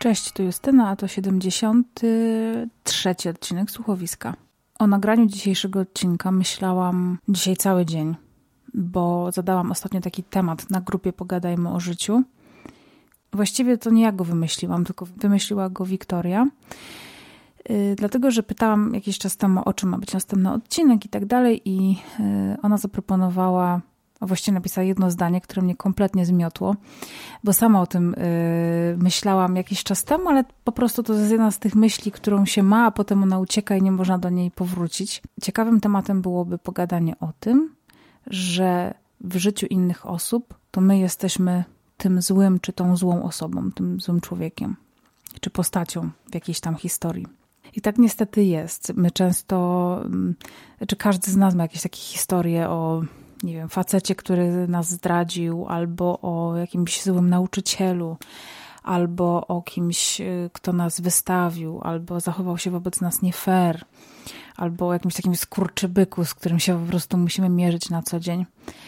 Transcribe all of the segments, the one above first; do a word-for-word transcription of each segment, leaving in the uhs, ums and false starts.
Cześć, tu Justyna, a to siedemdziesiąty trzeci odcinek Słuchowiska. O nagraniu dzisiejszego odcinka myślałam dzisiaj cały dzień, bo zadałam ostatnio taki temat na grupie Pogadajmy o życiu. Właściwie to nie ja go wymyśliłam, tylko wymyśliła go Wiktoria. Yy, dlatego, że pytałam jakiś czas temu, o czym ma być następny odcinek i tak dalej i yy, ona zaproponowała, a właściwie napisała jedno zdanie, które mnie kompletnie zmiotło, bo sama o tym yy, myślałam jakiś czas temu, ale po prostu to jest jedna z tych myśli, którą się ma, a potem ona ucieka i nie można do niej powrócić. Ciekawym tematem byłoby pogadanie o tym, że w życiu innych osób to my jesteśmy tym złym, czy tą złą osobą, tym złym człowiekiem, czy postacią w jakiejś tam historii. I tak niestety jest. My często, czy każdy z nas ma jakieś takie historie o, nie wiem, facecie, który nas zdradził, albo o jakimś złym nauczycielu, albo o kimś, kto nas wystawił, albo zachował się wobec nas nie fair, albo o jakimś takim skurczybyku, z którym się po prostu musimy mierzyć na co dzień.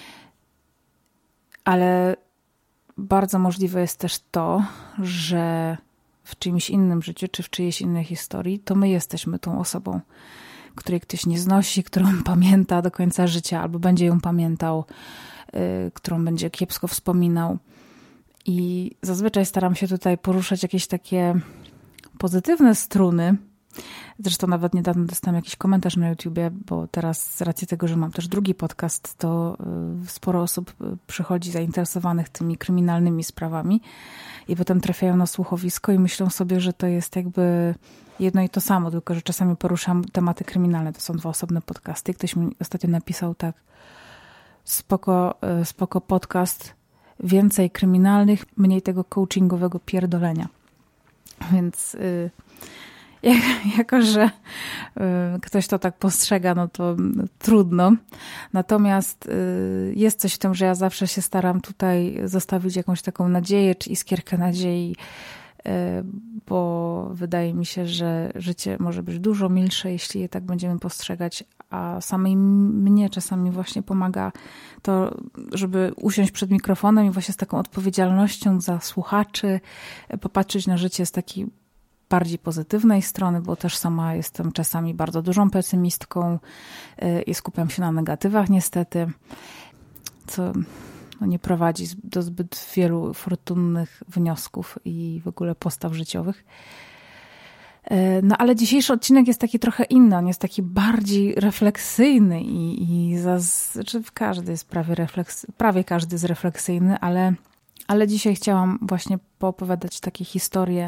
Ale bardzo możliwe jest też to, że w czyimś innym życiu, czy w czyjejś innej historii, to my jesteśmy tą osobą, której ktoś nie znosi, którą pamięta do końca życia, albo będzie ją pamiętał, yy, którą będzie kiepsko wspominał. I zazwyczaj staram się tutaj poruszać jakieś takie pozytywne struny. Zresztą nawet niedawno dostałam jakiś komentarz na YouTubie, bo teraz z racji tego, że mam też drugi podcast, to sporo osób przychodzi zainteresowanych tymi kryminalnymi sprawami i potem trafiają na słuchowisko i myślą sobie, że to jest jakby jedno i to samo, tylko że czasami poruszam tematy kryminalne. To są dwa osobne podcasty. Ktoś mi ostatnio napisał tak: spoko, spoko podcast, więcej kryminalnych, mniej tego coachingowego pierdolenia. Więc Yy, jako, że y, ktoś to tak postrzega, no to y, trudno. Natomiast y, jest coś w tym, że ja zawsze się staram tutaj zostawić jakąś taką nadzieję, czy iskierkę nadziei, y, bo wydaje mi się, że życie może być dużo milsze, jeśli je tak będziemy postrzegać, a samej mnie czasami właśnie pomaga to, żeby usiąść przed mikrofonem i właśnie z taką odpowiedzialnością za słuchaczy popatrzeć na życie z takiej bardziej pozytywnej strony, bo też sama jestem czasami bardzo dużą pesymistką i skupiam się na negatywach niestety, co no nie prowadzi do zbyt wielu fortunnych wniosków i w ogóle postaw życiowych. No ale dzisiejszy odcinek jest taki trochę inny, on jest taki bardziej refleksyjny i, i za, znaczy w każdy jest prawie, refleks, prawie każdy jest refleksyjny, ale, ale dzisiaj chciałam właśnie poopowiadać takie historie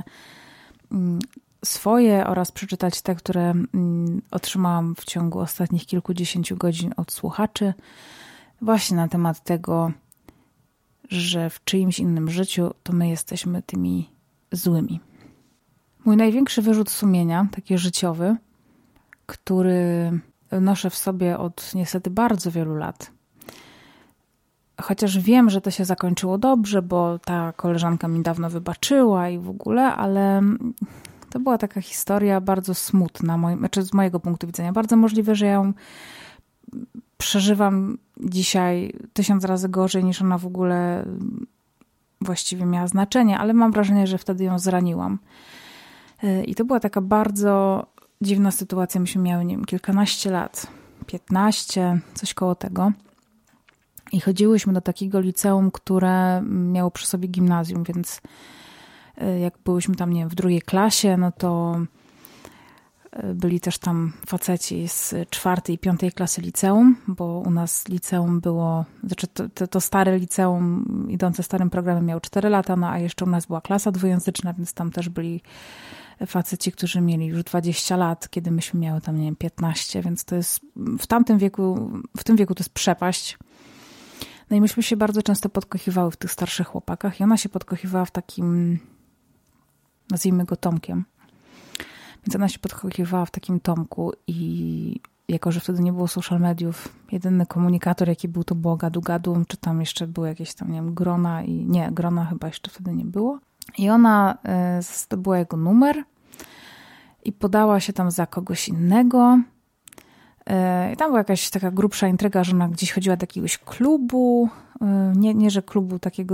swoje oraz przeczytać te, które otrzymałam w ciągu ostatnich kilkudziesięciu godzin od słuchaczy, właśnie na temat tego, że w czyimś innym życiu to my jesteśmy tymi złymi. Mój największy wyrzut sumienia, taki życiowy, który noszę w sobie od niestety bardzo wielu lat. Chociaż wiem, że to się zakończyło dobrze, bo ta koleżanka mi dawno wybaczyła i w ogóle, ale to była taka historia bardzo smutna, moim, znaczy z mojego punktu widzenia. Bardzo możliwe, że ja ją przeżywam dzisiaj tysiąc razy gorzej, niż ona w ogóle właściwie miała znaczenie, ale mam wrażenie, że wtedy ją zraniłam. I to była taka bardzo dziwna sytuacja. Myśmy miały, nie wiem, kilkanaście lat, piętnaście, coś koło tego. I chodziłyśmy do takiego liceum, które miało przy sobie gimnazjum, więc jak byłyśmy tam, nie wiem, w drugiej klasie, no to byli też tam faceci z czwartej i piątej klasy liceum, bo u nas liceum było, znaczy to, to, to stare liceum idące starym programem miało cztery lata, no a jeszcze u nas była klasa dwujęzyczna, więc tam też byli faceci, którzy mieli już dwadzieścia lat, kiedy myśmy miały tam, nie wiem, piętnaście, więc to jest w tamtym wieku, w tym wieku to jest przepaść. No i myśmy się bardzo często podkochiwały w tych starszych chłopakach i ona się podkochiwała w takim, nazwijmy go Tomkiem. Więc ona się podkochiwała w takim Tomku i jako, że wtedy nie było social mediów, jedyny komunikator, jaki był, to było gadu-gadu, czy tam jeszcze były jakieś tam, nie wiem, grona i nie, grona chyba jeszcze wtedy nie było. I ona y, zdobyła jego numer i podała się tam za kogoś innego. I tam była jakaś taka grubsza intryga, że ona gdzieś chodziła do jakiegoś klubu, nie, nie że klubu takiego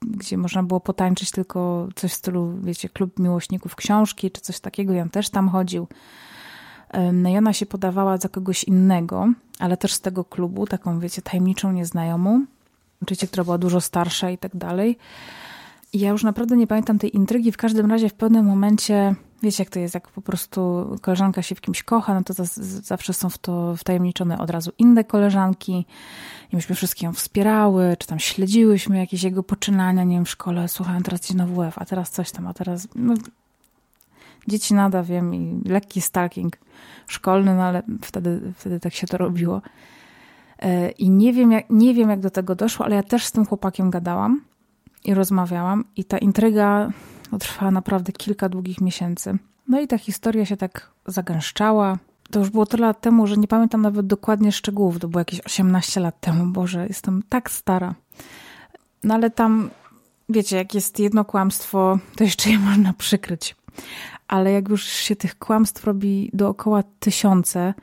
gdzie można było potańczyć tylko coś w stylu, wiecie, klub miłośników książki, czy coś takiego. I on też tam chodził. No i ona się podawała za kogoś innego, ale też z tego klubu, taką, wiecie, tajemniczą nieznajomą. Oczywiście, która była dużo starsza i tak dalej. I ja już naprawdę nie pamiętam tej intrygi. W każdym razie w pewnym momencie, wiecie jak to jest, jak po prostu koleżanka się w kimś kocha, no to z- zawsze są w to wtajemniczone od razu inne koleżanki. I myśmy wszystkie ją wspierały, czy tam śledziłyśmy jakieś jego poczynania, nie wiem, w szkole. Słuchałem, teraz idzie na W F, a teraz coś tam, a teraz... No, dzieci nada, wiem, i lekki stalking szkolny, no ale wtedy, wtedy tak się to robiło. I nie wiem, jak, nie wiem, jak do tego doszło, ale ja też z tym chłopakiem gadałam i rozmawiałam i ta intryga no, trwała naprawdę kilka długich miesięcy. No i ta historia się tak zagęszczała. To już było tyle lat temu, że nie pamiętam nawet dokładnie szczegółów. To było jakieś osiemnaście lat temu. Boże, jestem tak stara. No ale tam, wiecie, jak jest jedno kłamstwo, to jeszcze je można przykryć. Ale jak już się tych kłamstw robi dookoła tysiące,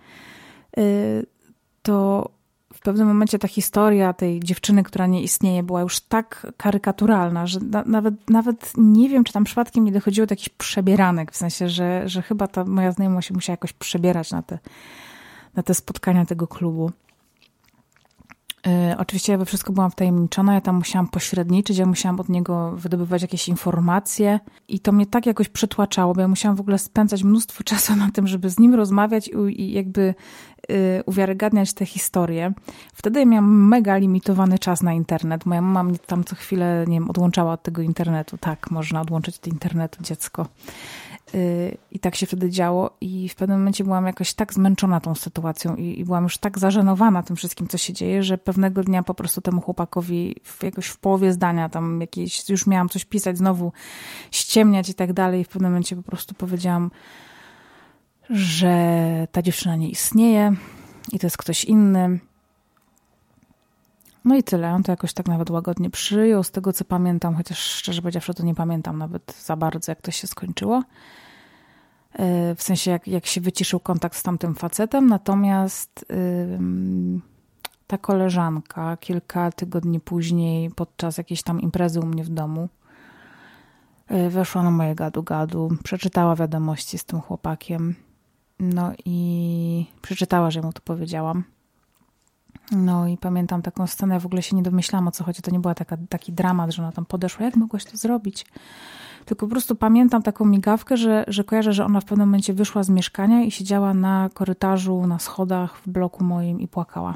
to w pewnym momencie ta historia tej dziewczyny, która nie istnieje, była już tak karykaturalna, że na, nawet, nawet nie wiem, czy tam przypadkiem nie dochodziło do jakichś przebieranek, w sensie, że, że chyba ta moja znajoma się musiała jakoś przebierać na te, na te spotkania tego klubu. Yy, oczywiście ja we wszystko byłam wtajemniczona, ja tam musiałam pośredniczyć, ja musiałam od niego wydobywać jakieś informacje i to mnie tak jakoś przytłaczało, bo ja musiałam w ogóle spędzać mnóstwo czasu na tym, żeby z nim rozmawiać i, i jakby yy, uwiarygadniać te historie. Wtedy ja miałam mega limitowany czas na internet. Moja mama mnie tam co chwilę, nie wiem, odłączała od tego internetu. Tak, można odłączyć od internetu dziecko. I tak się wtedy działo i w pewnym momencie byłam jakoś tak zmęczona tą sytuacją i, i byłam już tak zażenowana tym wszystkim, co się dzieje, że pewnego dnia po prostu temu chłopakowi w, jakoś w połowie zdania tam jakieś, już miałam coś pisać, znowu ściemniać i tak dalej i w pewnym momencie po prostu powiedziałam, że ta dziewczyna nie istnieje i to jest ktoś inny. No i tyle. On to jakoś tak nawet łagodnie przyjął, z tego co pamiętam, chociaż szczerze powiedziawszy to nie pamiętam nawet za bardzo, jak to się skończyło. W sensie jak, jak się wyciszył kontakt z tamtym facetem, natomiast yy, ta koleżanka kilka tygodni później podczas jakiejś tam imprezy u mnie w domu yy, weszła na moje gadu-gadu, przeczytała wiadomości z tym chłopakiem, no i przeczytała, że mu to powiedziałam. No i pamiętam taką scenę, ja w ogóle się nie domyślałam, o co chodzi. To nie była taka, taki dramat, że ona tam podeszła. Jak mogłaś to zrobić? Tylko po prostu pamiętam taką migawkę, że, że kojarzę, że ona w pewnym momencie wyszła z mieszkania i siedziała na korytarzu, na schodach w bloku moim i płakała.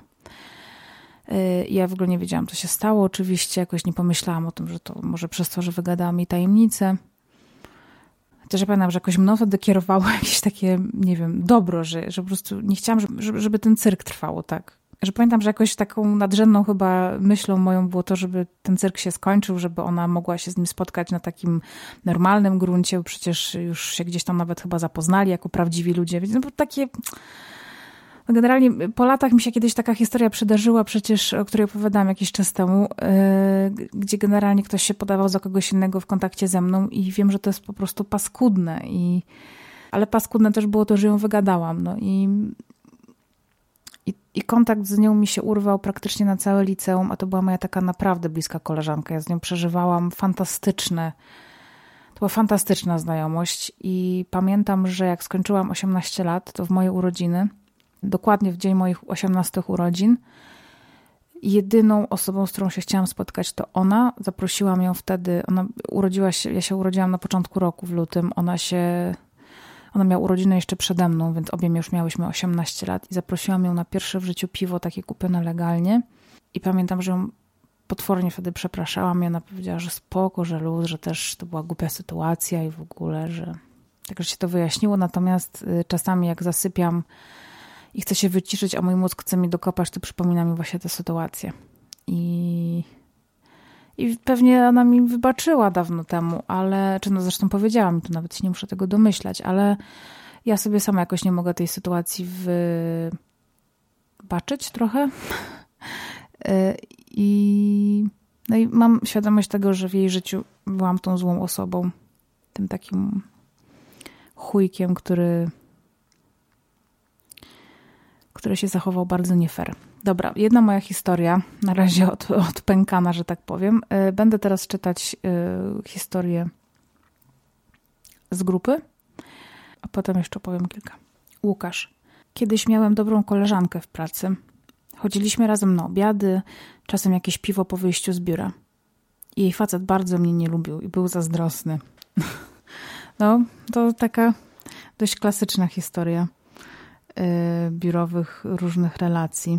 I ja w ogóle nie wiedziałam, co się stało. Oczywiście jakoś nie pomyślałam o tym, że to może przez to, że wygadałam jej tajemnicę. Chociaż ja pamiętam, że jakoś mną wtedy kierowało jakieś takie, nie wiem, dobro, że, że po prostu nie chciałam, żeby, żeby ten cyrk trwał, tak. Że pamiętam, że jakoś taką nadrzędną chyba myślą moją było to, żeby ten cyrk się skończył, żeby ona mogła się z nim spotkać na takim normalnym gruncie, bo przecież już się gdzieś tam nawet chyba zapoznali jako prawdziwi ludzie. Więc no bo takie... No generalnie po latach mi się kiedyś taka historia przydarzyła przecież, o której opowiadałam jakiś czas temu, yy, gdzie generalnie ktoś się podawał za kogoś innego w kontakcie ze mną i wiem, że to jest po prostu paskudne. I... Ale paskudne też było to, że ją wygadałam. No i... I, I kontakt z nią mi się urwał praktycznie na całe liceum, a to była moja taka naprawdę bliska koleżanka. Ja z nią przeżywałam fantastyczne, to była fantastyczna znajomość i pamiętam, że jak skończyłam osiemnaście lat, to w moje urodziny, dokładnie w dzień moich osiemnastych urodzin, jedyną osobą, z którą się chciałam spotkać, to ona. Zaprosiłam ją wtedy, ona urodziła się, ja się urodziłam na początku roku w lutym, ona się... Ona miała urodziny jeszcze przede mną, więc obie już miałyśmy osiemnaście lat i zaprosiłam ją na pierwsze w życiu piwo, takie kupione legalnie. I pamiętam, że ją potwornie wtedy przepraszałam i ona powiedziała, że spoko, że luz, że też to była głupia sytuacja i w ogóle, że tak, że się to wyjaśniło. Natomiast czasami jak zasypiam i chcę się wyciszyć, a mój mózg chce mi dokopać, to przypomina mi właśnie tę sytuację. I... I pewnie ona mi wybaczyła dawno temu, ale, czy no zresztą powiedziała mi, to nawet się nie muszę tego domyślać, ale ja sobie sama jakoś nie mogę tej sytuacji wybaczyć trochę. I, no i mam świadomość tego, że w jej życiu byłam tą złą osobą, tym takim chujkiem, który, który się zachował bardzo nie fair. Dobra, jedna moja historia, na razie od, odpękana, że tak powiem. Będę teraz czytać y, historię z grupy, a potem jeszcze powiem kilka. Łukasz. Kiedyś miałem dobrą koleżankę w pracy. Chodziliśmy razem na obiady, czasem jakieś piwo po wyjściu z biura. Jej facet bardzo mnie nie lubił i był zazdrosny. No, to taka dość klasyczna historia yy, biurowych różnych relacji.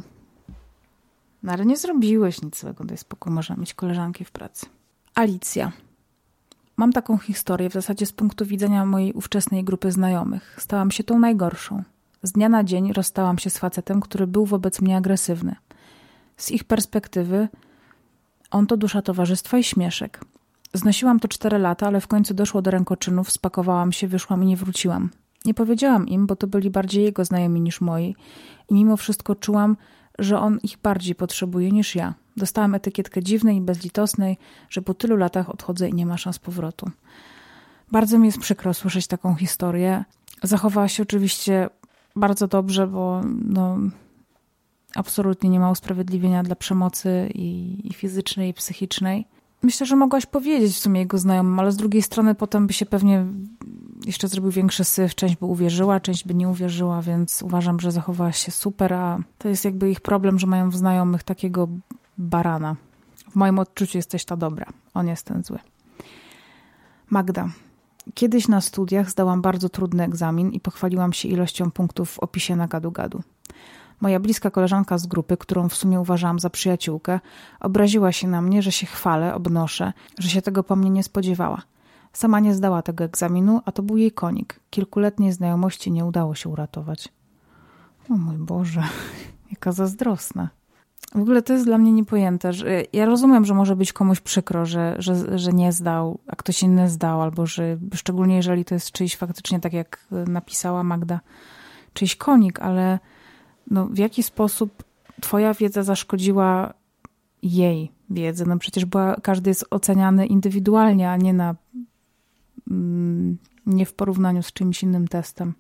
No ale nie zrobiłeś nic złego, daj spokój, można mieć koleżanki w pracy. Alicja. Mam taką historię w zasadzie z punktu widzenia mojej ówczesnej grupy znajomych. Stałam się tą najgorszą. Z dnia na dzień rozstałam się z facetem, który był wobec mnie agresywny. Z ich perspektywy on to dusza towarzystwa i śmieszek. Znosiłam to cztery lata, ale w końcu doszło do rękoczynów, spakowałam się, wyszłam i nie wróciłam. Nie powiedziałam im, bo to byli bardziej jego znajomi niż moi i mimo wszystko czułam, że on ich bardziej potrzebuje niż ja. Dostałam etykietkę dziwnej i bezlitosnej, że po tylu latach odchodzę i nie ma szans powrotu. Bardzo mi jest przykro słyszeć taką historię. Zachowała się oczywiście bardzo dobrze, bo no, absolutnie nie ma usprawiedliwienia dla przemocy i, i fizycznej, i psychicznej. Myślę, że mogłaś powiedzieć w sumie jego znajomym, ale z drugiej strony potem by się pewnie jeszcze zrobił większy syf. Część by uwierzyła, część by nie uwierzyła, więc uważam, że zachowałaś się super, a to jest jakby ich problem, że mają w znajomych takiego barana. W moim odczuciu jesteś ta dobra, on jest ten zły. Magda. Kiedyś na studiach zdałam bardzo trudny egzamin i pochwaliłam się ilością punktów w opisie na gadu-gadu. Moja bliska koleżanka z grupy, którą w sumie uważałam za przyjaciółkę, obraziła się na mnie, że się chwalę, obnoszę, że się tego po mnie nie spodziewała. Sama nie zdała tego egzaminu, a to był jej konik. Kilkuletniej znajomości nie udało się uratować. O mój Boże, jaka zazdrosna. W ogóle to jest dla mnie niepojęte. Że ja rozumiem, że może być komuś przykro, że, że, że nie zdał, a ktoś inny zdał, albo że szczególnie jeżeli to jest czyjś faktycznie, tak jak napisała Magda, czyjś konik, ale no, w jaki sposób twoja wiedza zaszkodziła jej wiedzy? No przecież była, każdy jest oceniany indywidualnie, a nie na mm, nie w porównaniu z czymś innym testem.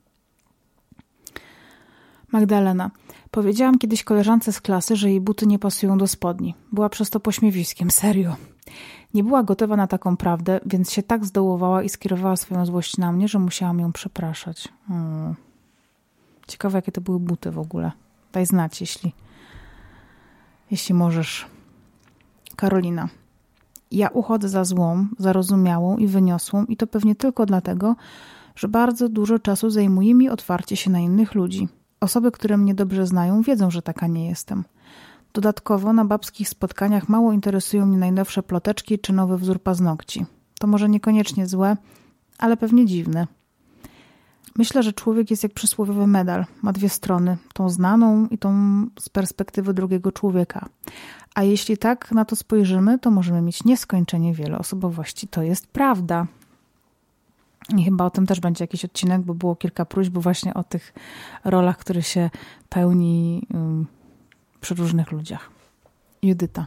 Magdalena. Powiedziałam kiedyś koleżance z klasy, że jej buty nie pasują do spodni. Była przez to pośmiewiskiem, serio. Nie była gotowa na taką prawdę, więc się tak zdołowała i skierowała swoją złość na mnie, że musiałam ją przepraszać. Hmm. Ciekawe, jakie to były buty w ogóle. Daj znać, jeśli, jeśli możesz. Karolina. Ja uchodzę za złą, zarozumiałą i wyniosłą i to pewnie tylko dlatego, że bardzo dużo czasu zajmuje mi otwarcie się na innych ludzi. Osoby, które mnie dobrze znają, wiedzą, że taka nie jestem. Dodatkowo na babskich spotkaniach mało interesują mnie najnowsze ploteczki czy nowy wzór paznokci. To może niekoniecznie złe, ale pewnie dziwne. Myślę, że człowiek jest jak przysłowiowy medal. Ma dwie strony, tą znaną i tą z perspektywy drugiego człowieka. A jeśli tak na to spojrzymy, to możemy mieć nieskończenie wiele osobowości. To jest prawda. I chyba o tym też będzie jakiś odcinek, bo było kilka próśb właśnie o tych rolach, które się pełni um, przy różnych ludziach. Judyta.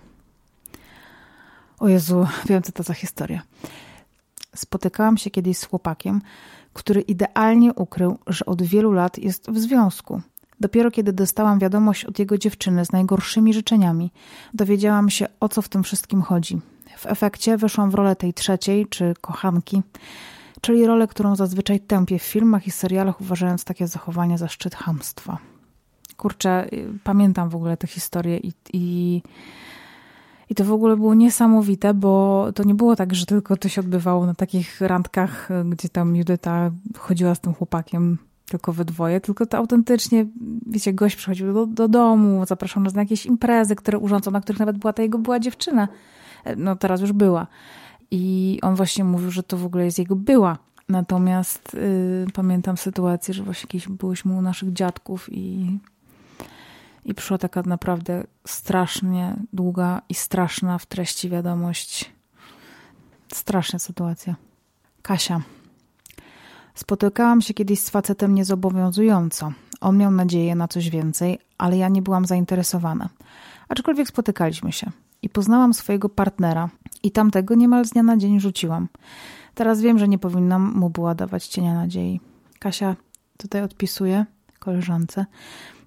O Jezu, wiem co to za historia. Spotykałam się kiedyś z chłopakiem, który idealnie ukrył, że od wielu lat jest w związku. Dopiero kiedy dostałam wiadomość od jego dziewczyny z najgorszymi życzeniami, dowiedziałam się, o co w tym wszystkim chodzi. W efekcie weszłam w rolę tej trzeciej, czy kochanki, czyli rolę, którą zazwyczaj tępię w filmach i serialach, uważając takie zachowania za szczyt chamstwa. Kurczę, pamiętam w ogóle tę historię i, i, i to w ogóle było niesamowite, bo to nie było tak, że tylko to się odbywało na takich randkach, gdzie tam Judyta chodziła z tym chłopakiem tylko we dwoje, tylko to autentycznie, wiecie, gość przychodził do, do domu, zapraszał nas na jakieś imprezy, które urządzał, na których nawet była ta jego była dziewczyna. No teraz już była. I on właśnie mówił, że to w ogóle jest jego była. Natomiast yy, pamiętam sytuację, że właśnie kiedyś byłyśmy u naszych dziadków i, i przyszła taka naprawdę strasznie długa i straszna w treści wiadomość. Straszna sytuacja. Kasia. Spotykałam się kiedyś z facetem niezobowiązująco. On miał nadzieję na coś więcej, ale ja nie byłam zainteresowana. Aczkolwiek spotykaliśmy się. I poznałam swojego partnera i tamtego niemal z dnia na dzień rzuciłam. Teraz wiem, że nie powinnam mu była dawać cienia nadziei. Kasia tutaj odpisuje koleżance.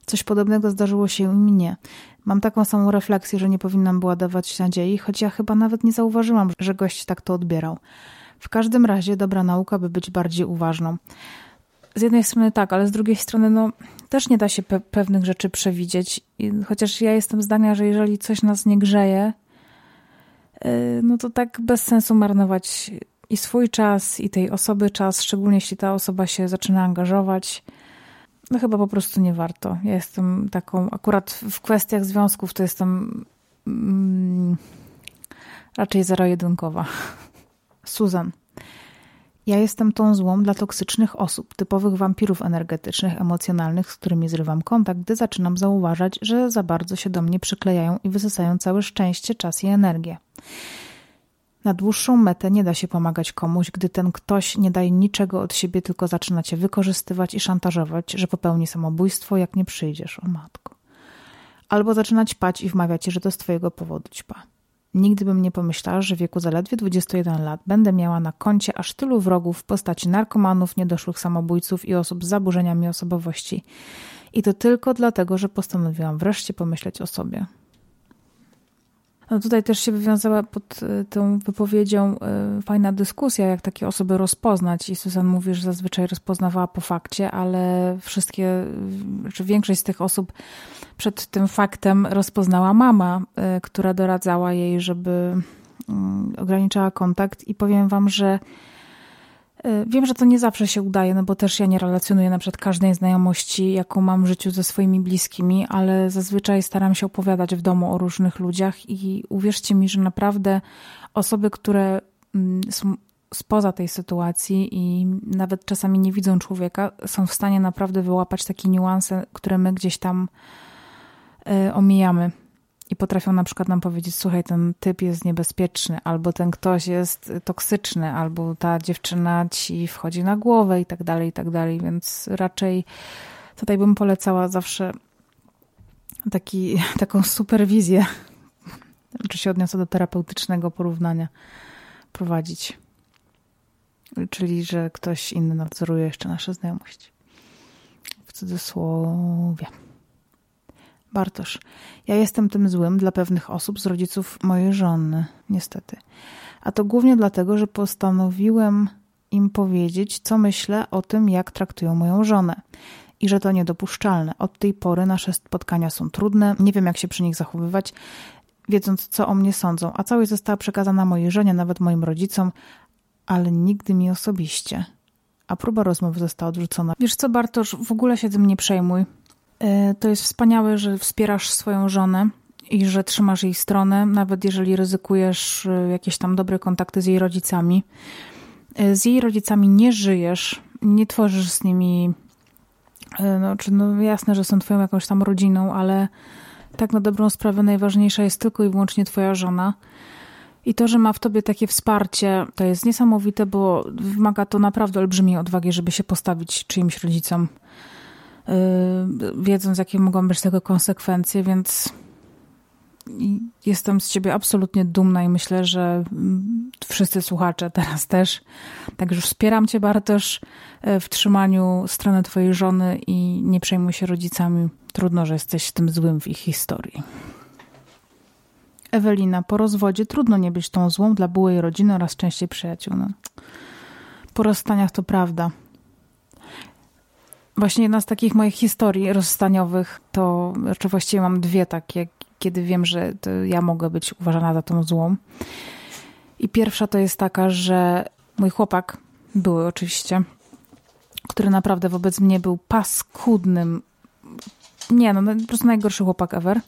Coś podobnego zdarzyło się i mnie. Mam taką samą refleksję, że nie powinnam była dawać nadziei, choć ja chyba nawet nie zauważyłam, że gość tak to odbierał. W każdym razie dobra nauka, by być bardziej uważną. Z jednej strony tak, ale z drugiej strony no, też nie da się pe- pewnych rzeczy przewidzieć. I chociaż ja jestem zdania, że jeżeli coś nas nie grzeje, yy, no to tak bez sensu marnować i swój czas, i tej osoby czas, szczególnie jeśli ta osoba się zaczyna angażować. No chyba po prostu nie warto. Ja jestem taką, akurat w kwestiach związków to jestem mm, raczej zero-jedynkowa. Susan. Ja jestem tą złą dla toksycznych osób, typowych wampirów energetycznych, emocjonalnych, z którymi zrywam kontakt, gdy zaczynam zauważać, że za bardzo się do mnie przyklejają i wysysają całe szczęście, czas i energię. Na dłuższą metę nie da się pomagać komuś, gdy ten ktoś nie daje niczego od siebie, tylko zaczyna cię wykorzystywać i szantażować, że popełni samobójstwo, jak nie przyjdziesz, o matko. Albo zaczyna ćpać i wmawia ci, że to z twojego powodu ćpa. Nigdy bym nie pomyślała, że w wieku zaledwie dwudziestu jeden lat będę miała na koncie aż tylu wrogów w postaci narkomanów, niedoszłych samobójców i osób z zaburzeniami osobowości. I to tylko dlatego, że postanowiłam wreszcie pomyśleć o sobie. No tutaj też się wywiązała pod tą wypowiedzią fajna dyskusja, jak takie osoby rozpoznać. I Susan mówi, że zazwyczaj rozpoznawała po fakcie, ale wszystkie, czy większość z tych osób przed tym faktem rozpoznała mama, która doradzała jej, żeby ograniczała kontakt. I powiem wam, że wiem, że to nie zawsze się udaje, no bo też ja nie relacjonuję na przykład każdej znajomości, jaką mam w życiu ze swoimi bliskimi, ale zazwyczaj staram się opowiadać w domu o różnych ludziach i uwierzcie mi, że naprawdę osoby, które są spoza tej sytuacji i nawet czasami nie widzą człowieka, są w stanie naprawdę wyłapać takie niuanse, które my gdzieś tam y, omijamy. I potrafią na przykład nam powiedzieć, słuchaj, ten typ jest niebezpieczny, albo ten ktoś jest toksyczny, albo ta dziewczyna ci wchodzi na głowę i tak dalej, i tak dalej. Więc raczej tutaj bym polecała zawsze taki, taką superwizję, czy się odniosę do terapeutycznego porównania, prowadzić. Czyli, że ktoś inny nadzoruje jeszcze nasze znajomości. W cudzysłowie. Bartosz. Ja jestem tym złym dla pewnych osób z rodziców mojej żony, niestety. A to głównie dlatego, że postanowiłem im powiedzieć, co myślę o tym, jak traktują moją żonę. I że to niedopuszczalne. Od tej pory nasze spotkania są trudne, nie wiem, jak się przy nich zachowywać, wiedząc, co o mnie sądzą. A całość została przekazana mojej żonie, nawet moim rodzicom, ale nigdy mi osobiście. A próba rozmowy została odrzucona. Wiesz co, Bartosz, w ogóle się tym nie przejmuj. To jest wspaniałe, że wspierasz swoją żonę i że trzymasz jej stronę, nawet jeżeli ryzykujesz jakieś tam dobre kontakty z jej rodzicami. Z jej rodzicami nie żyjesz, nie tworzysz z nimi, no, czy no jasne, że są twoją jakąś tam rodziną, ale tak na dobrą sprawę najważniejsza jest tylko i wyłącznie twoja żona. I to, że ma w tobie takie wsparcie, to jest niesamowite, bo wymaga to naprawdę olbrzymiej odwagi, żeby się postawić czyimś rodzicom, wiedząc, jakie mogą być tego konsekwencje, więc jestem z ciebie absolutnie dumna i myślę, że wszyscy słuchacze teraz też. Także już wspieram cię, Bartosz, w trzymaniu strony twojej żony i nie przejmuj się rodzicami. Trudno, że jesteś tym złym w ich historii. Ewelina, po rozwodzie trudno nie być tą złą dla byłej rodziny oraz częściej przyjaciół. No. Po rozstaniach to prawda. Właśnie jedna z takich moich historii rozstaniowych to, znaczy właściwie mam dwie takie, kiedy wiem, że to ja mogę być uważana za tą złą. I pierwsza to jest taka, że mój chłopak, były oczywiście, który naprawdę wobec mnie był paskudnym, nie no, po prostu najgorszy chłopak ever.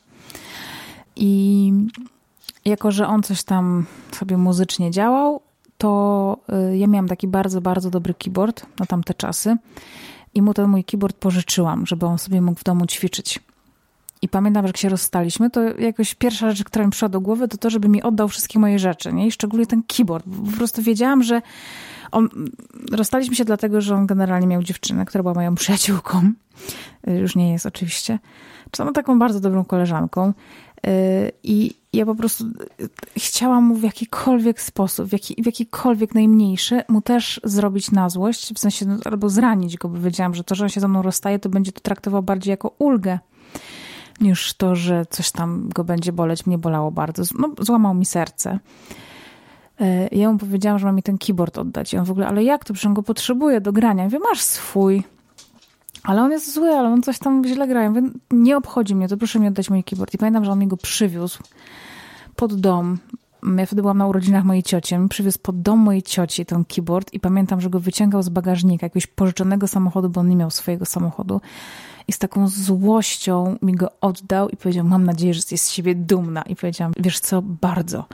I jako, że on coś tam sobie muzycznie działał, to ja miałam taki bardzo, bardzo dobry keyboard na tamte czasy. I mu ten mój keyboard pożyczyłam, żeby on sobie mógł w domu ćwiczyć. I pamiętam, że jak się rozstaliśmy, to jakoś pierwsza rzecz, która mi przyszła do głowy, to to, żeby mi oddał wszystkie moje rzeczy, nie? I szczególnie ten keyboard. Po prostu wiedziałam, że on... rozstaliśmy się dlatego, że on generalnie miał dziewczynę, która była moją przyjaciółką. Już nie jest oczywiście. Czy taką bardzo dobrą koleżanką. I ja po prostu chciałam mu w jakikolwiek sposób, w, jaki, w jakikolwiek najmniejszy, mu też zrobić na złość, w sensie no, albo zranić go, bo wiedziałam, że to, że on się ze mną rozstaje, to będzie to traktował bardziej jako ulgę, niż to, że coś tam go będzie boleć. Mnie bolało bardzo. No, złamał mi serce. Ja mu powiedziałam, że ma mi ten keyboard oddać. I on w ogóle, ale jak to? Przecież on go potrzebuje do grania. Ja mówię, masz swój. Ale on jest zły, ale on coś tam źle gra. Ja mówię, nie obchodzi mnie, to proszę mi oddać mój keyboard. I pamiętam, że on mi go przywiózł pod dom. Ja wtedy byłam na urodzinach mojej cioci. On mi przywiózł pod dom mojej cioci ten keyboard i pamiętam, że go wyciągał z bagażnika jakiegoś pożyczonego samochodu, bo on nie miał swojego samochodu. I z taką złością mi go oddał i powiedział, mam nadzieję, że jest z siebie dumna. I powiedziałam, wiesz co, bardzo.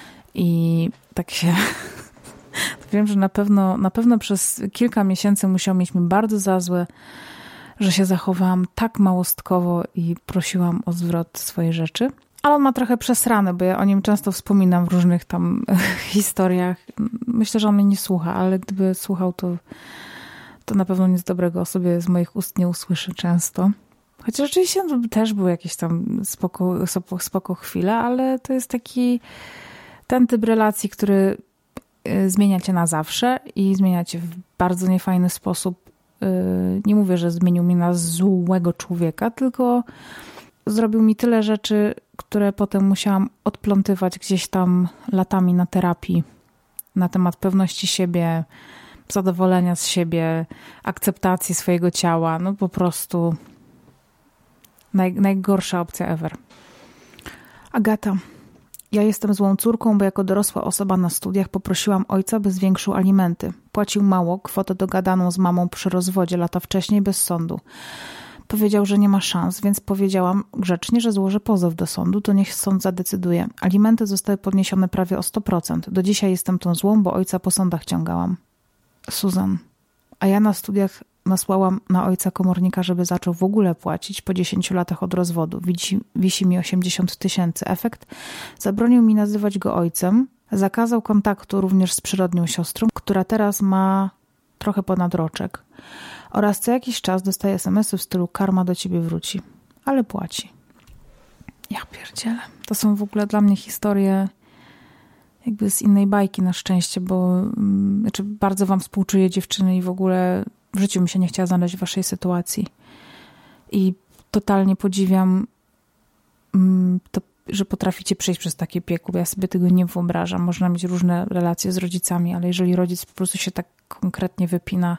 I tak się... Wiem, że na pewno, na pewno przez kilka miesięcy musiał mieć mi bardzo za złe, że się zachowałam tak małostkowo i prosiłam o zwrot swojej rzeczy. Ale on ma trochę przesrane, bo ja o nim często wspominam w różnych tam historiach. Myślę, że on mnie nie słucha, ale gdyby słuchał, to, to na pewno nic dobrego o sobie z moich ust nie usłyszy często. Chociaż oczywiście to też były jakieś tam spoko, spoko, spoko chwile, ale to jest taki ten typ relacji, który zmienia cię na zawsze i zmienia cię w bardzo niefajny sposób. Nie mówię, że zmienił mnie na złego człowieka, tylko zrobił mi tyle rzeczy, które potem musiałam odplątywać gdzieś tam latami na terapii na temat pewności siebie, zadowolenia z siebie, akceptacji swojego ciała. No po prostu naj, najgorsza opcja ever. Agata. Ja jestem złą córką, bo jako dorosła osoba na studiach poprosiłam ojca, by zwiększył alimenty. Płacił mało, kwotę dogadaną z mamą przy rozwodzie lata wcześniej bez sądu. Powiedział, że nie ma szans, więc powiedziałam grzecznie, że złożę pozew do sądu, to niech sąd zadecyduje. Alimenty zostały podniesione prawie o sto procent. Do dzisiaj jestem tą złą, bo ojca po sądach ciągałam. Susan. A ja na studiach nasłałam na ojca komornika, żeby zaczął w ogóle płacić po dziesięciu latach od rozwodu. Wisi, wisi mi osiemdziesiąt tysięcy. Efekt? Zabronił mi nazywać go ojcem. Zakazał kontaktu również z przyrodnią siostrą, która teraz ma trochę ponad roczek. Oraz co jakiś czas dostaje es em esy w stylu karma do ciebie wróci. Ale płaci. Ja pierdzielę. To są w ogóle dla mnie historie jakby z innej bajki na szczęście, bo um, znaczy bardzo wam współczuję dziewczyny i w ogóle w życiu mi się nie chciała znaleźć w waszej sytuacji. I totalnie podziwiam um, to, że potraficie przejść przez takie piekło, bo ja sobie tego nie wyobrażam. Można mieć różne relacje z rodzicami, ale jeżeli rodzic po prostu się tak konkretnie wypina,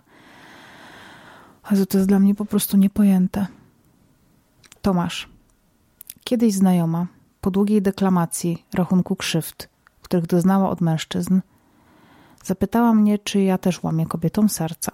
to jest dla mnie po prostu niepojęte. Tomasz. Kiedyś znajoma, po długiej deklamacji rachunku krzywd, których doznała od mężczyzn, zapytała mnie, czy ja też łamię kobietom serca.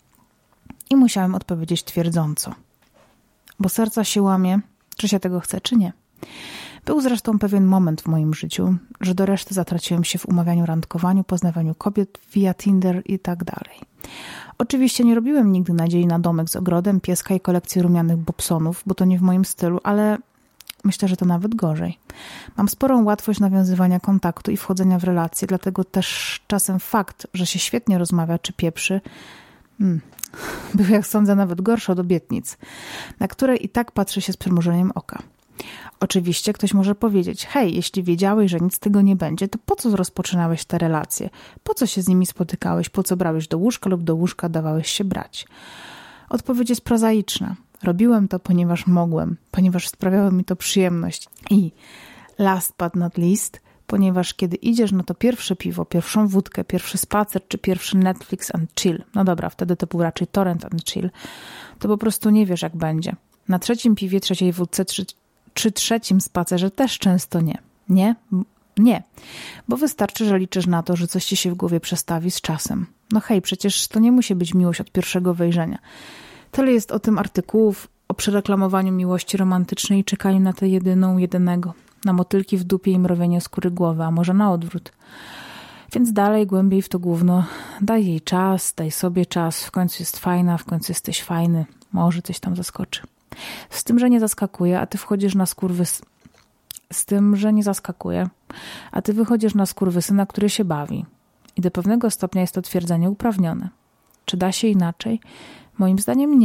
I musiałem odpowiedzieć twierdząco. Bo serca się łamie, czy się tego chce, czy nie. Był zresztą pewien moment w moim życiu, że do reszty zatraciłem się w umawianiu, randkowaniu, poznawaniu kobiet via Tinder i tak dalej. Oczywiście nie robiłem nigdy nadziei na domek z ogrodem, pieska i kolekcję rumianych bobsonów, bo to nie w moim stylu, ale myślę, że to nawet gorzej. Mam sporą łatwość nawiązywania kontaktu i wchodzenia w relacje, dlatego też czasem fakt, że się świetnie rozmawia czy pieprzy, hmm, był, jak sądzę, nawet gorszy od obietnic, na które i tak patrzy się z przymrużeniem oka. Oczywiście ktoś może powiedzieć, hej, jeśli wiedziałeś, że nic z tego nie będzie, to po co rozpoczynałeś te relacje? Po co się z nimi spotykałeś? Po co brałeś do łóżka lub do łóżka dawałeś się brać? Odpowiedź jest prozaiczna. Robiłem to, ponieważ mogłem, ponieważ sprawiało mi to przyjemność. I last but not least, ponieważ kiedy idziesz na to pierwsze piwo, pierwszą wódkę, pierwszy spacer czy pierwszy Netflix and chill, no dobra, wtedy to był raczej torrent and chill, to po prostu nie wiesz, jak będzie. Na trzecim piwie, trzeciej wódce, trzy, czy trzecim spacerze też często nie. Nie? Nie. Bo wystarczy, że liczysz na to, że coś ci się w głowie przestawi z czasem. No hej, przecież to nie musi być miłość od pierwszego wejrzenia. Tyle jest o tym artykułów, o przereklamowaniu miłości romantycznej i czekaniu na tę jedyną, jedynego. Na motylki w dupie i mrowienie skóry głowy, a może na odwrót. Więc dalej, głębiej w to gówno. Daj jej czas, daj sobie czas. W końcu jest fajna, w końcu jesteś fajny. Może coś tam zaskoczy. Z tym, że nie zaskakuje, a ty wchodzisz na skurwys... Z tym, że nie zaskakuje, a ty wychodzisz na skurwysyna, który się bawi. I do pewnego stopnia jest to twierdzenie uprawnione. Czy da się inaczej? Moim zdaniem nie.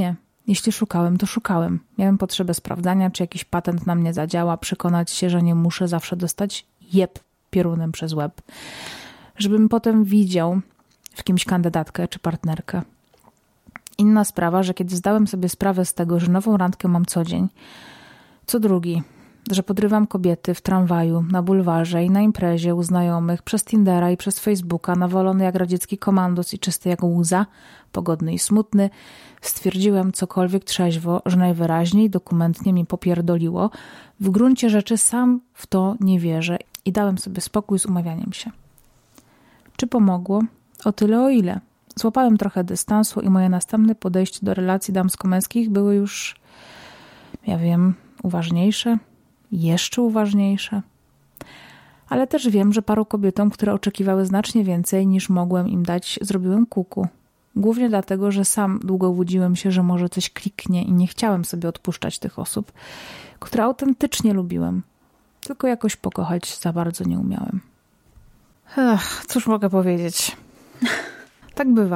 Jeśli szukałem, to szukałem. Miałem potrzebę sprawdzania, czy jakiś patent na mnie zadziała, przekonać się, że nie muszę zawsze dostać jeb piorunem przez łeb. Żebym potem widział w kimś kandydatkę czy partnerkę. Inna sprawa, że kiedy zdałem sobie sprawę z tego, że nową randkę mam co dzień, co drugi, że podrywam kobiety w tramwaju, na bulwarze i na imprezie u znajomych, przez Tindera i przez Facebooka, nawalony jak radziecki komandos i czysty jak łza, pogodny i smutny, stwierdziłem cokolwiek trzeźwo, że najwyraźniej dokumentnie mi popierdoliło. W gruncie rzeczy sam w to nie wierzę i dałem sobie spokój z umawianiem się. Czy pomogło? O tyle o ile. Złapałem trochę dystansu i moje następne podejście do relacji damsko-męskich były już, ja wiem, uważniejsze, jeszcze uważniejsze. Ale też wiem, że paru kobietom, które oczekiwały znacznie więcej niż mogłem im dać, zrobiłem kuku. Głównie dlatego, że sam długo łudziłem się, że może coś kliknie i nie chciałem sobie odpuszczać tych osób, które autentycznie lubiłem. Tylko jakoś pokochać za bardzo nie umiałem. Ech, cóż mogę powiedzieć? Tak bywa.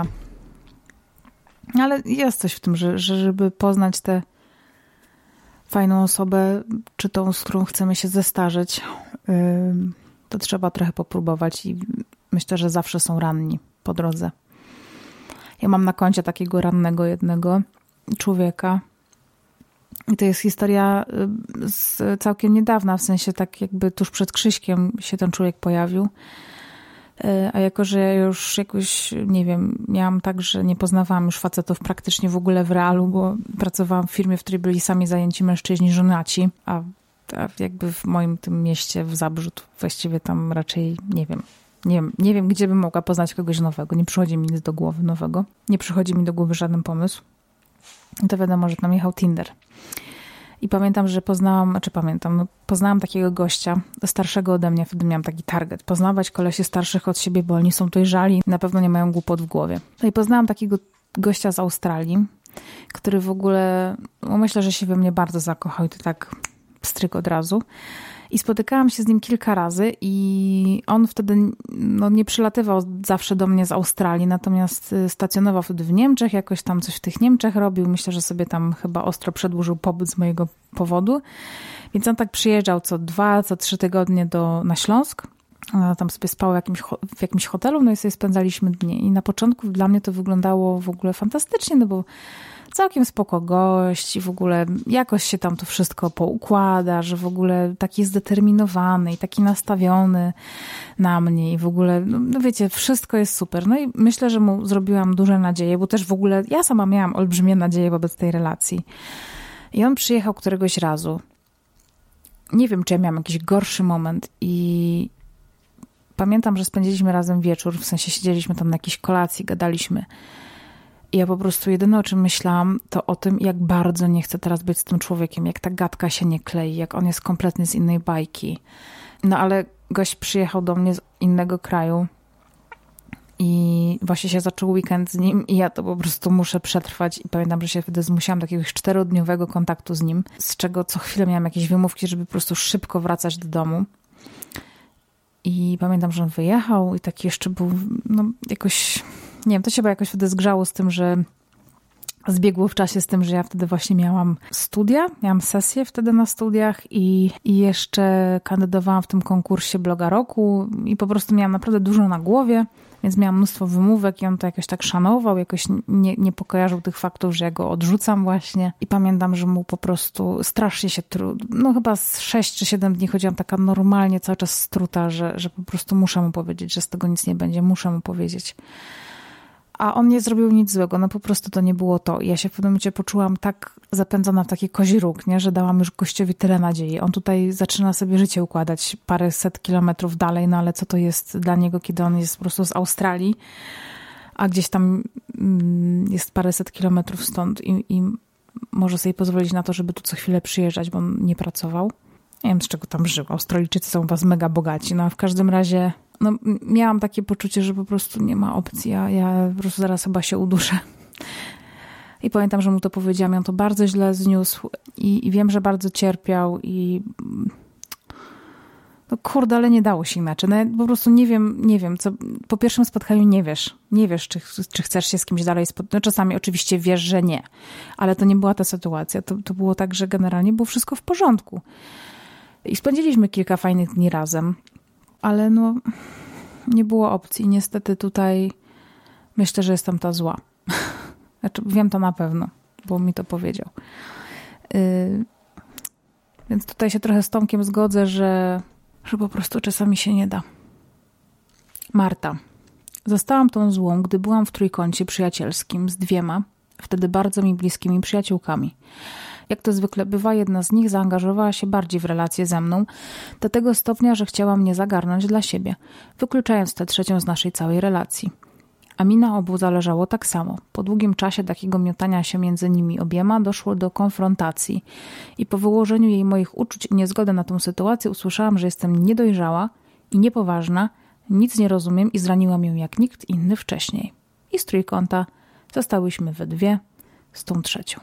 Ale jest coś w tym, że, że żeby poznać tę fajną osobę, czy tą, z którą chcemy się zestarzeć, yy, to trzeba trochę popróbować i myślę, że zawsze są ranni po drodze. Ja mam na koncie takiego rannego jednego człowieka i to jest historia z całkiem niedawna, w sensie tak jakby tuż przed Krzyśkiem się ten człowiek pojawił. A jako, że ja już jakoś, nie wiem, miałam tak, że nie poznawałam już facetów praktycznie w ogóle w realu, bo pracowałam w firmie, w której byli sami zajęci mężczyźni, żonaci, a, a jakby w moim tym mieście, w Zabrzu, właściwie tam raczej, nie wiem, nie wiem, nie wiem, gdzie bym mogła poznać kogoś nowego. Nie przychodzi mi nic do głowy nowego. Nie przychodzi mi do głowy żaden pomysł. I to wiadomo, że tam jechał Tinder. I pamiętam, że poznałam, znaczy pamiętam, no, poznałam takiego gościa, starszego ode mnie, wtedy miałam taki target. Poznawać kolesi starszych od siebie, bo oni są dojrzali, na pewno nie mają głupot w głowie. No i poznałam takiego gościa z Australii, który w ogóle, no myślę, że się we mnie bardzo zakochał i to tak pstryk od razu. I spotykałam się z nim kilka razy i on wtedy no, nie przylatywał zawsze do mnie z Australii, natomiast stacjonował wtedy w Niemczech, jakoś tam coś w tych Niemczech robił. Myślę, że sobie tam chyba ostro przedłużył pobyt z mojego powodu. Więc on tak przyjeżdżał co dwa, co trzy tygodnie do, na Śląsk. Tam sobie spał w jakimś, w jakimś hotelu, no i sobie spędzaliśmy dni. I na początku dla mnie to wyglądało w ogóle fantastycznie, no bo całkiem spoko gość i w ogóle jakoś się tam to wszystko poukłada, że w ogóle taki zdeterminowany i taki nastawiony na mnie i w ogóle, no wiecie, wszystko jest super. No i myślę, że mu zrobiłam duże nadzieje, bo też w ogóle ja sama miałam olbrzymie nadzieje wobec tej relacji. I on przyjechał któregoś razu. Nie wiem, czy ja miałam jakiś gorszy moment i pamiętam, że spędziliśmy razem wieczór, w sensie siedzieliśmy tam na jakiejś kolacji, gadaliśmy. I ja po prostu jedyne, o czym myślałam, to o tym, jak bardzo nie chcę teraz być z tym człowiekiem, jak ta gadka się nie klei, jak on jest kompletnie z innej bajki. No ale gość przyjechał do mnie z innego kraju i właśnie się zaczął weekend z nim i ja to po prostu muszę przetrwać. I pamiętam, że się wtedy zmusiłam do jakiegoś czterodniowego kontaktu z nim, z czego co chwilę miałam jakieś wymówki, żeby po prostu szybko wracać do domu. I pamiętam, że on wyjechał i taki jeszcze był, no jakoś... Nie wiem, to się chyba jakoś wtedy zgrzało z tym, że zbiegło w czasie z tym, że ja wtedy właśnie miałam studia, miałam sesję wtedy na studiach i, i jeszcze kandydowałam w tym konkursie bloga roku i po prostu miałam naprawdę dużo na głowie, więc miałam mnóstwo wymówek i on to jakoś tak szanował, jakoś nie, nie pokojarzył tych faktów, że ja go odrzucam właśnie. I pamiętam, że mu po prostu strasznie się tru... no chyba z sześć czy siedem dni chodziłam taka normalnie cały czas struta, że, że po prostu muszę mu powiedzieć, że z tego nic nie będzie, muszę mu powiedzieć. A on nie zrobił nic złego, no po prostu to nie było to. I ja się w pewnym momencie poczułam tak zapędzona w taki kozi róg, nie? Że dałam już gościowi tyle nadziei. On tutaj zaczyna sobie życie układać parę set kilometrów dalej, no ale co to jest dla niego, kiedy on jest po prostu z Australii, a gdzieś tam jest parę set kilometrów stąd i, i może sobie pozwolić na to, żeby tu co chwilę przyjeżdżać, bo on nie pracował. Nie wiem, z czego tam żył. Australijczycy są was mega bogaci. No a w każdym razie no, miałam takie poczucie, że po prostu nie ma opcji. Ja, ja po prostu zaraz chyba się uduszę. I pamiętam, że mu to powiedziałam. On to bardzo źle zniósł i, i wiem, że bardzo cierpiał i No kurde, ale nie dało się inaczej. No ja po prostu nie wiem, nie wiem, co po pierwszym spotkaniu nie wiesz. Nie wiesz, czy, czy chcesz się z kimś dalej spotkać. No czasami oczywiście wiesz, że nie. Ale to nie była ta sytuacja. To, to było tak, że generalnie było wszystko w porządku. I spędziliśmy kilka fajnych dni razem. Ale no, nie było opcji. Niestety tutaj myślę, że jestem ta zła. Znaczy, wiem to na pewno, bo mi to powiedział. Yy, więc tutaj się trochę z Tomkiem zgodzę, że, że po prostu czasami się nie da. Marta. Zostałam tą złą, gdy byłam w trójkącie przyjacielskim z dwiema, wtedy bardzo mi bliskimi przyjaciółkami. Jak to zwykle bywa, jedna z nich zaangażowała się bardziej w relacje ze mną, do tego stopnia, że chciała mnie zagarnąć dla siebie, wykluczając tę trzecią z naszej całej relacji. A mi na obu zależało tak samo. Po długim czasie takiego miotania się między nimi obiema doszło do konfrontacji i po wyłożeniu jej moich uczuć i niezgody na tą sytuację usłyszałam, że jestem niedojrzała i niepoważna, nic nie rozumiem i zraniłam ją jak nikt inny wcześniej. I z trójkąta zostałyśmy we dwie z tą trzecią.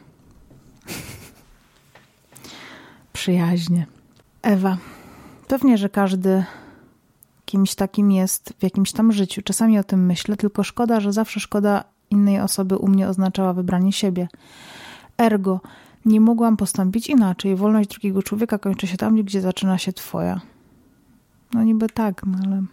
Przyjaźnie. Ewa. Pewnie, że każdy kimś takim jest w jakimś tam życiu. Czasami o tym myślę, tylko szkoda, że zawsze szkoda innej osoby u mnie oznaczała wybranie siebie. Ergo, nie mogłam postąpić inaczej. Wolność drugiego człowieka kończy się tam, gdzie zaczyna się twoja. No niby tak, no ale...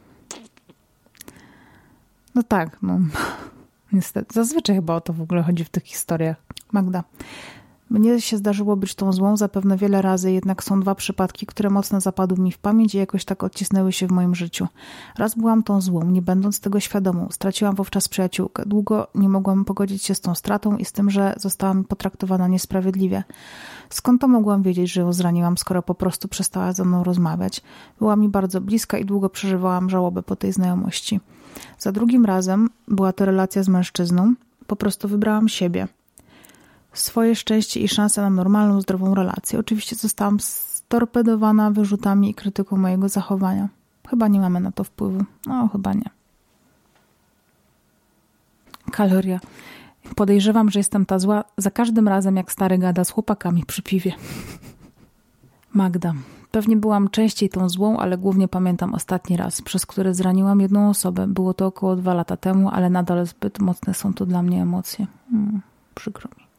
No tak, no. Niestety. Zazwyczaj chyba o to w ogóle chodzi w tych historiach. Magda. Mnie się zdarzyło być tą złą zapewne wiele razy, jednak są dwa przypadki, które mocno zapadły mi w pamięć i jakoś tak odcisnęły się w moim życiu. Raz byłam tą złą, nie będąc tego świadomą. Straciłam wówczas przyjaciółkę. Długo nie mogłam pogodzić się z tą stratą i z tym, że zostałam potraktowana niesprawiedliwie. Skąd to mogłam wiedzieć, że ją zraniłam, skoro po prostu przestała ze mną rozmawiać? Była mi bardzo bliska i długo przeżywałam żałobę po tej znajomości. Za drugim razem była to relacja z mężczyzną. Po prostu wybrałam siebie. Swoje szczęście i szanse na normalną, zdrową relację. Oczywiście zostałam storpedowana wyrzutami i krytyką mojego zachowania. Chyba nie mamy na to wpływu. No, chyba nie. Kaloria. Podejrzewam, że jestem ta zła za każdym razem, jak stary gada z chłopakami przy piwie. Magda. Pewnie byłam częściej tą złą, ale głównie pamiętam ostatni raz, przez który zraniłam jedną osobę. Było to około dwa lata temu, ale nadal zbyt mocne są to dla mnie emocje. Hmm, przykro mi.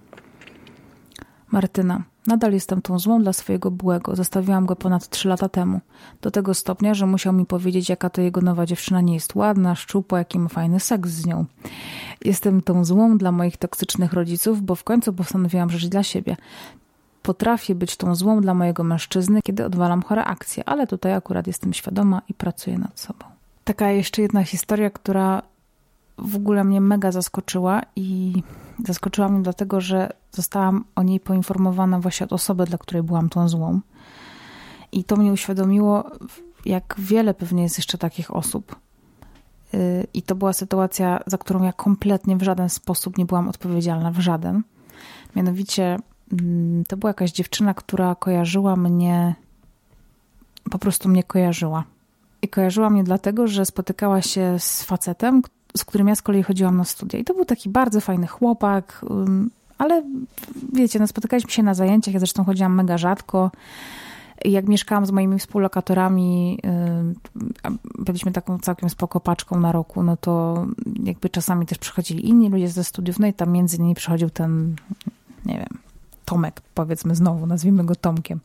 Martyna. Nadal jestem tą złą dla swojego byłego. Zostawiłam go ponad trzy lata temu. Do tego stopnia, że musiał mi powiedzieć, jaka to jego nowa dziewczyna nie jest ładna, szczupła, jaki ma fajny seks z nią. Jestem tą złą dla moich toksycznych rodziców, bo w końcu postanowiłam żyć dla siebie. Potrafię być tą złą dla mojego mężczyzny, kiedy odwalam chore akcje, ale tutaj akurat jestem świadoma i pracuję nad sobą. Taka jeszcze jedna historia, która w ogóle mnie mega zaskoczyła i zaskoczyła mnie dlatego, że zostałam o niej poinformowana właśnie od osoby, dla której byłam tą złą. I to mnie uświadomiło, jak wiele pewnie jest jeszcze takich osób. I to była sytuacja, za którą ja kompletnie w żaden sposób nie byłam odpowiedzialna, w żaden. Mianowicie to była jakaś dziewczyna, która kojarzyła mnie, po prostu mnie kojarzyła. I kojarzyła mnie dlatego, że spotykała się z facetem, z którym ja z kolei chodziłam na studia. I to był taki bardzo fajny chłopak, ale wiecie, no spotykaliśmy się na zajęciach, ja zresztą chodziłam mega rzadko. I jak mieszkałam z moimi współlokatorami, byliśmy taką całkiem spoko paczką na roku, no to jakby czasami też przychodzili inni ludzie ze studiów, no i tam między innymi przychodził ten, nie wiem, Tomek, powiedzmy znowu, nazwijmy go Tomkiem.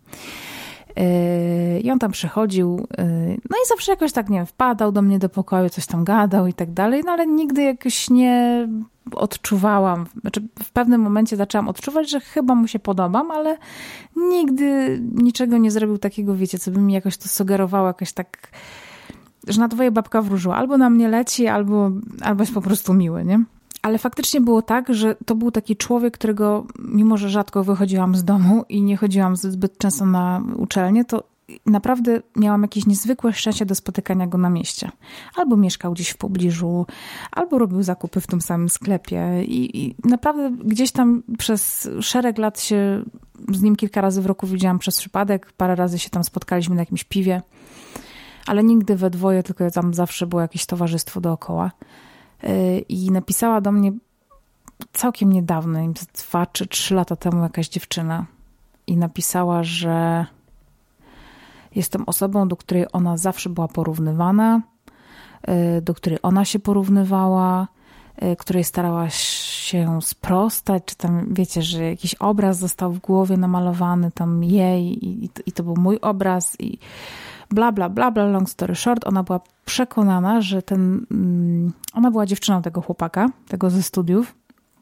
I on tam przychodził, no i zawsze jakoś tak, nie wiem, wpadał do mnie do pokoju, coś tam gadał i tak dalej, no ale nigdy jakoś nie odczuwałam, znaczy w pewnym momencie zaczęłam odczuwać, że chyba mu się podobam, ale nigdy niczego nie zrobił takiego, wiecie, co by mi jakoś to sugerowało, jakoś tak, że na dwoje babka wróżyła, albo na mnie leci, albo, albo jest po prostu miły, nie? Ale faktycznie było tak, że to był taki człowiek, którego, mimo że rzadko wychodziłam z domu i nie chodziłam zbyt często na uczelnię, to naprawdę miałam jakieś niezwykłe szczęście do spotykania go na mieście. Albo mieszkał gdzieś w pobliżu, albo robił zakupy w tym samym sklepie. I, i naprawdę gdzieś tam przez szereg lat się z nim kilka razy w roku widziałam przez przypadek. Parę razy się tam spotkaliśmy na jakimś piwie, ale nigdy we dwoje, tylko tam zawsze było jakieś towarzystwo dookoła. I napisała do mnie całkiem niedawno, dwa czy trzy lata temu jakaś dziewczyna i napisała, że Jestem osobą, do której ona zawsze była porównywana, do której ona się porównywała, której starała się sprostać, czy tam wiecie, że jakiś obraz został w głowie namalowany tam jej i, i to był mój obraz i bla, bla, bla, bla, long story short. Ona była przekonana, że ten, ona była dziewczyną tego chłopaka, tego ze studiów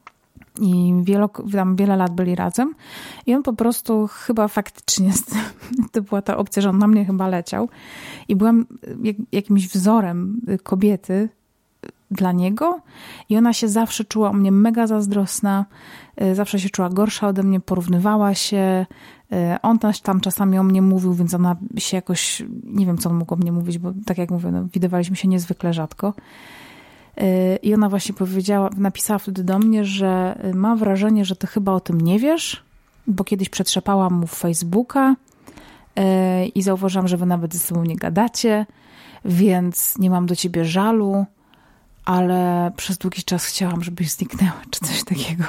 i wielo, tam wiele lat byli razem i on po prostu chyba faktycznie, to była ta opcja, że on na mnie chyba leciał i byłam jak, jakimś wzorem kobiety dla niego i ona się zawsze czuła o mnie mega zazdrosna, zawsze się czuła gorsza ode mnie, porównywała się, on też tam czasami o mnie mówił, więc ona się jakoś, nie wiem co on mógł o mnie mówić, bo tak jak mówię, no, widywaliśmy się niezwykle rzadko. I ona właśnie powiedziała, napisała wtedy do mnie, że ma wrażenie, że ty chyba o tym nie wiesz, bo kiedyś przetrzepałam mu Facebooka i zauważyłam, że wy nawet ze sobą nie gadacie, więc nie mam do ciebie żalu, ale przez długi czas chciałam, żebyś zniknęła, czy coś takiego.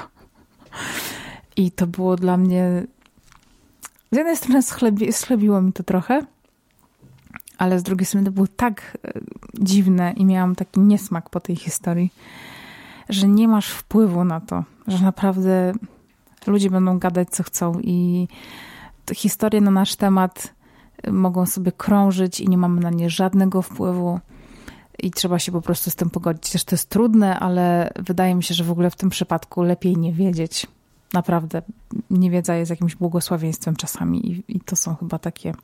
I to było dla mnie... Z jednej strony schlebi, schlebiło mi to trochę, ale z drugiej strony to było tak dziwne i miałam taki niesmak po tej historii, że nie masz wpływu na to, że naprawdę ludzie będą gadać co chcą i te historie na nasz temat mogą sobie krążyć i nie mamy na nie żadnego wpływu i trzeba się po prostu z tym pogodzić. Też to jest trudne, ale wydaje mi się, że w ogóle w tym przypadku lepiej nie wiedzieć. Naprawdę niewiedza jest jakimś błogosławieństwem czasami i, i to są chyba takie...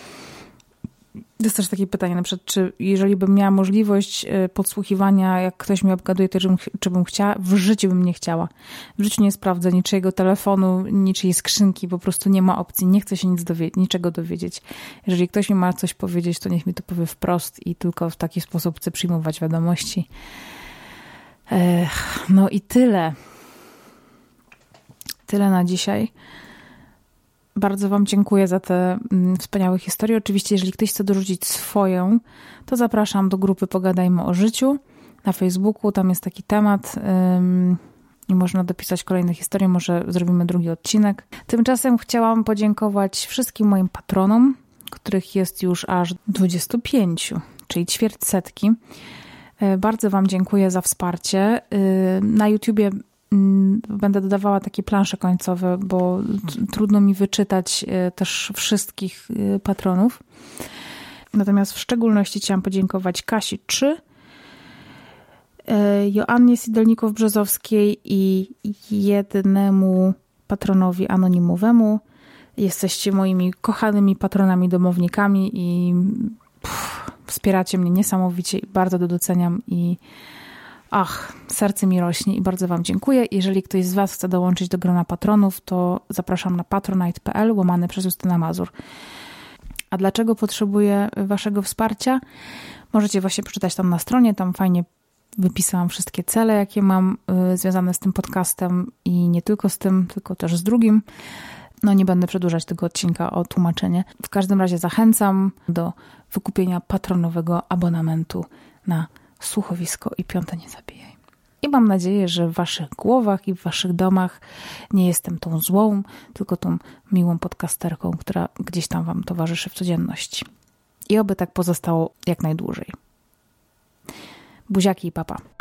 To jest też takie pytanie, na przykład, czy jeżeli bym miała możliwość podsłuchiwania, jak ktoś mi obgaduje, to czy, czy bym chciała? W życiu bym nie chciała. W życiu nie sprawdzę niczyjego telefonu, niczyjej skrzynki, po prostu nie ma opcji. Nie chcę się nic dowiedzieć, niczego dowiedzieć. Jeżeli ktoś mi ma coś powiedzieć, to niech mi to powie wprost i tylko w taki sposób chcę przyjmować wiadomości. Ech, no i tyle. Tyle na dzisiaj. Bardzo wam dziękuję za te wspaniałe historie. Oczywiście, jeżeli ktoś chce dorzucić swoją, to zapraszam do grupy Pogadajmy o życiu na Facebooku. Tam jest taki temat ym, i można dopisać kolejne historie. Może zrobimy drugi odcinek. Tymczasem chciałam podziękować wszystkim moim patronom, których jest już aż dwadzieścia pięć, czyli ćwierć setki. Yy, bardzo wam dziękuję za wsparcie. Yy, na YouTubie będę dodawała takie plansze końcowe, bo t- trudno mi wyczytać też wszystkich patronów. Natomiast w szczególności chciałam podziękować Kasi trzy, Joannie Sidolnikow-Brzozowskiej i jednemu patronowi anonimowemu. Jesteście moimi kochanymi patronami, domownikami i pff, wspieracie mnie niesamowicie i bardzo to doceniam i ach, serce mi rośnie i bardzo wam dziękuję. Jeżeli ktoś z was chce dołączyć do grona patronów, to zapraszam na patronite kropka p l łamane przez Justyna Mazur. A dlaczego potrzebuję waszego wsparcia? Możecie właśnie przeczytać tam na stronie, tam fajnie wypisałam wszystkie cele, jakie mam y, związane z tym podcastem i nie tylko z tym, tylko też z drugim. No nie będę przedłużać tego odcinka o tłumaczenie. W każdym razie zachęcam do wykupienia patronowego abonamentu na Słuchowisko i Piąte Nie Zabijaj. I mam nadzieję, że w waszych głowach i w waszych domach nie jestem tą złą, tylko tą miłą podcasterką, która gdzieś tam wam towarzyszy w codzienności. I oby tak pozostało jak najdłużej. Buziaki i papa.